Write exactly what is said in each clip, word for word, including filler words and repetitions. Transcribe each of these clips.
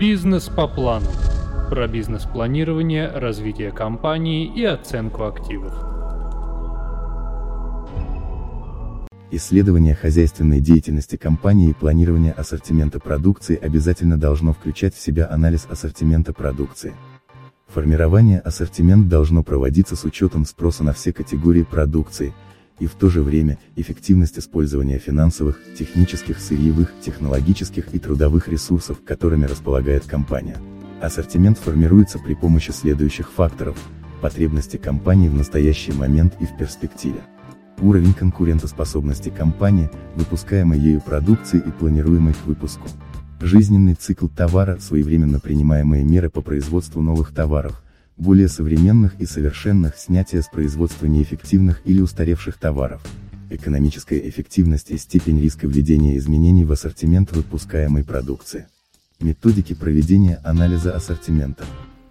Бизнес по плану. Про бизнес-планирование, развитие компании и оценку активов. Исследование хозяйственной деятельности компании и планирование ассортимента продукции обязательно должно включать в себя анализ ассортимента продукции. Формирование ассортимента должно проводиться с учетом спроса на все категории продукции, и в то же время эффективность использования финансовых, технических, сырьевых, технологических и трудовых ресурсов, которыми располагает компания. Ассортимент формируется при помощи следующих факторов: потребности компании в настоящий момент и в перспективе, уровень конкурентоспособности компании, выпускаемой ею продукции и планируемой к выпуску, жизненный цикл товара, своевременно принимаемые меры по производству новых товаров, более современных и совершенных, снятие с производства неэффективных или устаревших товаров, экономическая эффективность и степень риска введения изменений в ассортимент выпускаемой продукции. Методики проведения анализа ассортимента.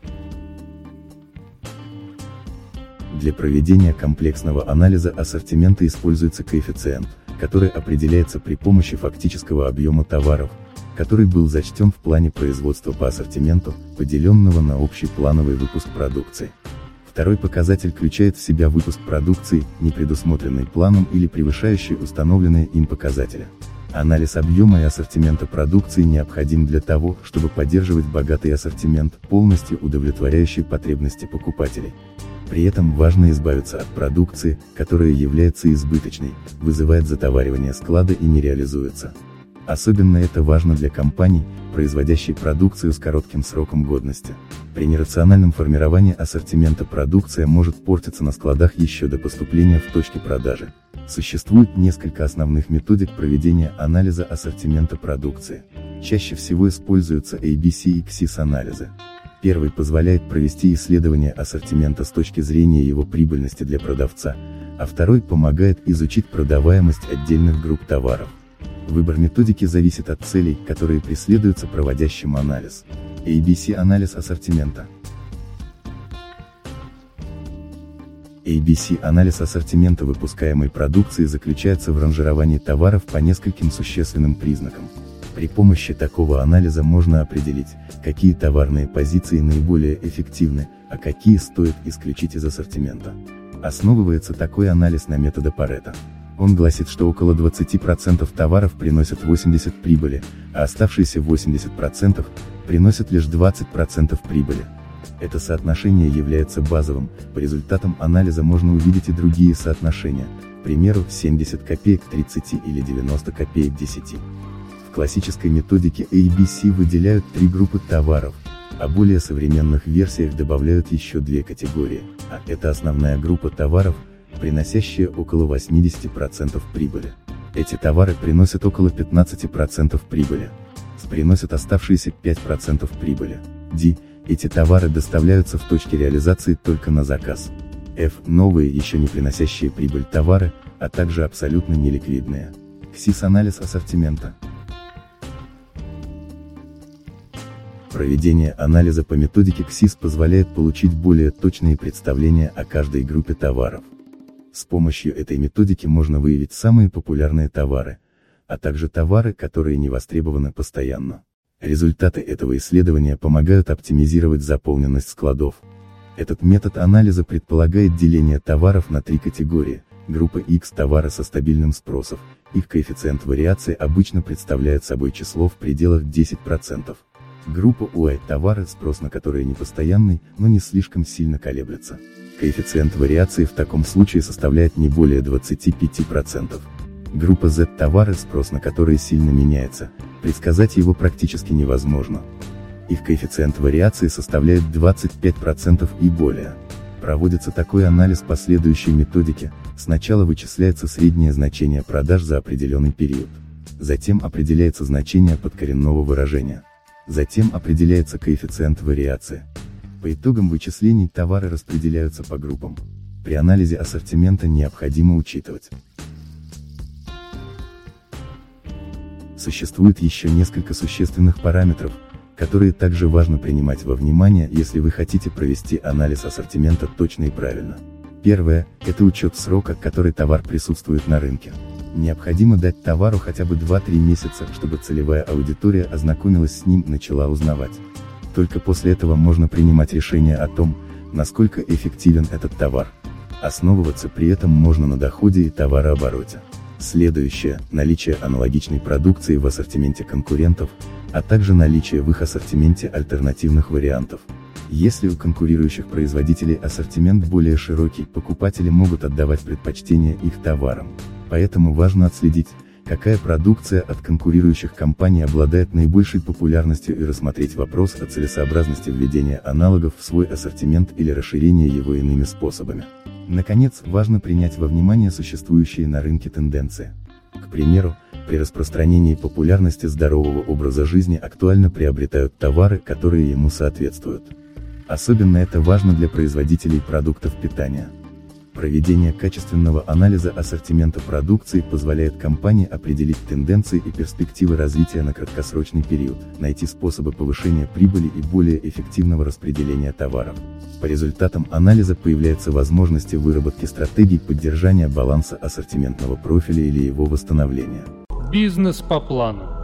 Для проведения комплексного анализа ассортимента используется коэффициент, который определяется при помощи фактического объема товаров, который был зачтен в плане производства по ассортименту, поделенного на общий плановый выпуск продукции. Второй показатель включает в себя выпуск продукции, не предусмотренный планом или превышающий установленные им показатели. Анализ объема и ассортимента продукции необходим для того, чтобы поддерживать богатый ассортимент, полностью удовлетворяющий потребности покупателей. При этом важно избавиться от продукции, которая является избыточной, вызывает затоваривание склада и не реализуется. Особенно это важно для компаний, производящих продукцию с коротким сроком годности. При нерациональном формировании ассортимента продукция может портиться на складах еще до поступления в точки продажи. Существует несколько основных методик проведения анализа ассортимента продукции. Чаще всего используются эй би си и ксис анализы. Первый позволяет провести исследование ассортимента с точки зрения его прибыльности для продавца, а второй помогает изучить продаваемость отдельных групп товаров. Выбор методики зависит от целей, которые преследуются проводящим анализ. эй би си анализ ассортимента. эй би си анализ ассортимента выпускаемой продукции заключается в ранжировании товаров по нескольким существенным признакам. При помощи такого анализа можно определить, какие товарные позиции наиболее эффективны, а какие стоит исключить из ассортимента. Основывается такой анализ на методе Парето. Он гласит, что около двадцати процентов товаров приносят восемьдесят процентов прибыли, а оставшиеся восемьдесят процентов приносят лишь двадцать процентов прибыли. Это соотношение является базовым, по результатам анализа можно увидеть и другие соотношения, к примеру, семьдесят копеек к тридцати или девяносто копеек к десяти. В классической методике эй би си выделяют три группы товаров, а более современных версиях добавляют еще две категории, а это основная группа товаров, приносящие около восьмидесяти процентов прибыли. Эти товары приносят около пятнадцати процентов прибыли. С приносят оставшиеся пять процентов прибыли. D. Эти товары доставляются в точки реализации только на заказ. F. Новые, еще не приносящие прибыль товары, а также абсолютно неликвидные. ксис анализ ассортимента. Проведение анализа по методике ксис позволяет получить более точные представления о каждой группе товаров. С помощью этой методики можно выявить самые популярные товары, а также товары, которые не востребованы постоянно. Результаты этого исследования помогают оптимизировать заполненность складов. Этот метод анализа предполагает деление товаров на три категории. Группа X – товары со стабильным спросом, их коэффициент вариации обычно представляет собой число в пределах десяти процентов. Группа Y – товары, спрос на которые не постоянный, но не слишком сильно колеблется. Коэффициент вариации в таком случае составляет не более двадцати пяти процентов. Группа Z – товары, спрос на которые сильно меняется, предсказать его практически невозможно. Их коэффициент вариации составляет двадцать пять процентов и более. Проводится такой анализ по следующей методике: сначала вычисляется среднее значение продаж за определенный период. Затем определяется значение подкоренного выражения. Затем определяется коэффициент вариации. По итогам вычислений товары распределяются по группам. При анализе ассортимента необходимо учитывать. Существует еще несколько существенных параметров, которые также важно принимать во внимание, если вы хотите провести анализ ассортимента точно и правильно. Первое – это учет срока, который товар присутствует на рынке. Необходимо дать товару хотя бы два-три месяца, чтобы целевая аудитория ознакомилась с ним и начала узнавать. Только после этого можно принимать решение о том, насколько эффективен этот товар. Основываться при этом можно на доходе и товарообороте. Следующее – наличие аналогичной продукции в ассортименте конкурентов, а также наличие в их ассортименте альтернативных вариантов. Если у конкурирующих производителей ассортимент более широкий, покупатели могут отдавать предпочтение их товарам. Поэтому важно отследить, какая продукция от конкурирующих компаний обладает наибольшей популярностью и рассмотреть вопрос о целесообразности введения аналогов в свой ассортимент или расширения его иными способами. Наконец, важно принять во внимание существующие на рынке тенденции. К примеру, при распространении популярности здорового образа жизни актуально приобретают товары, которые ему соответствуют. Особенно это важно для производителей продуктов питания. Проведение качественного анализа ассортимента продукции позволяет компании определить тенденции и перспективы развития на краткосрочный период, найти способы повышения прибыли и более эффективного распределения товаров. По результатам анализа появляются возможности выработки стратегий поддержания баланса ассортиментного профиля или его восстановления. Бизнес по плану.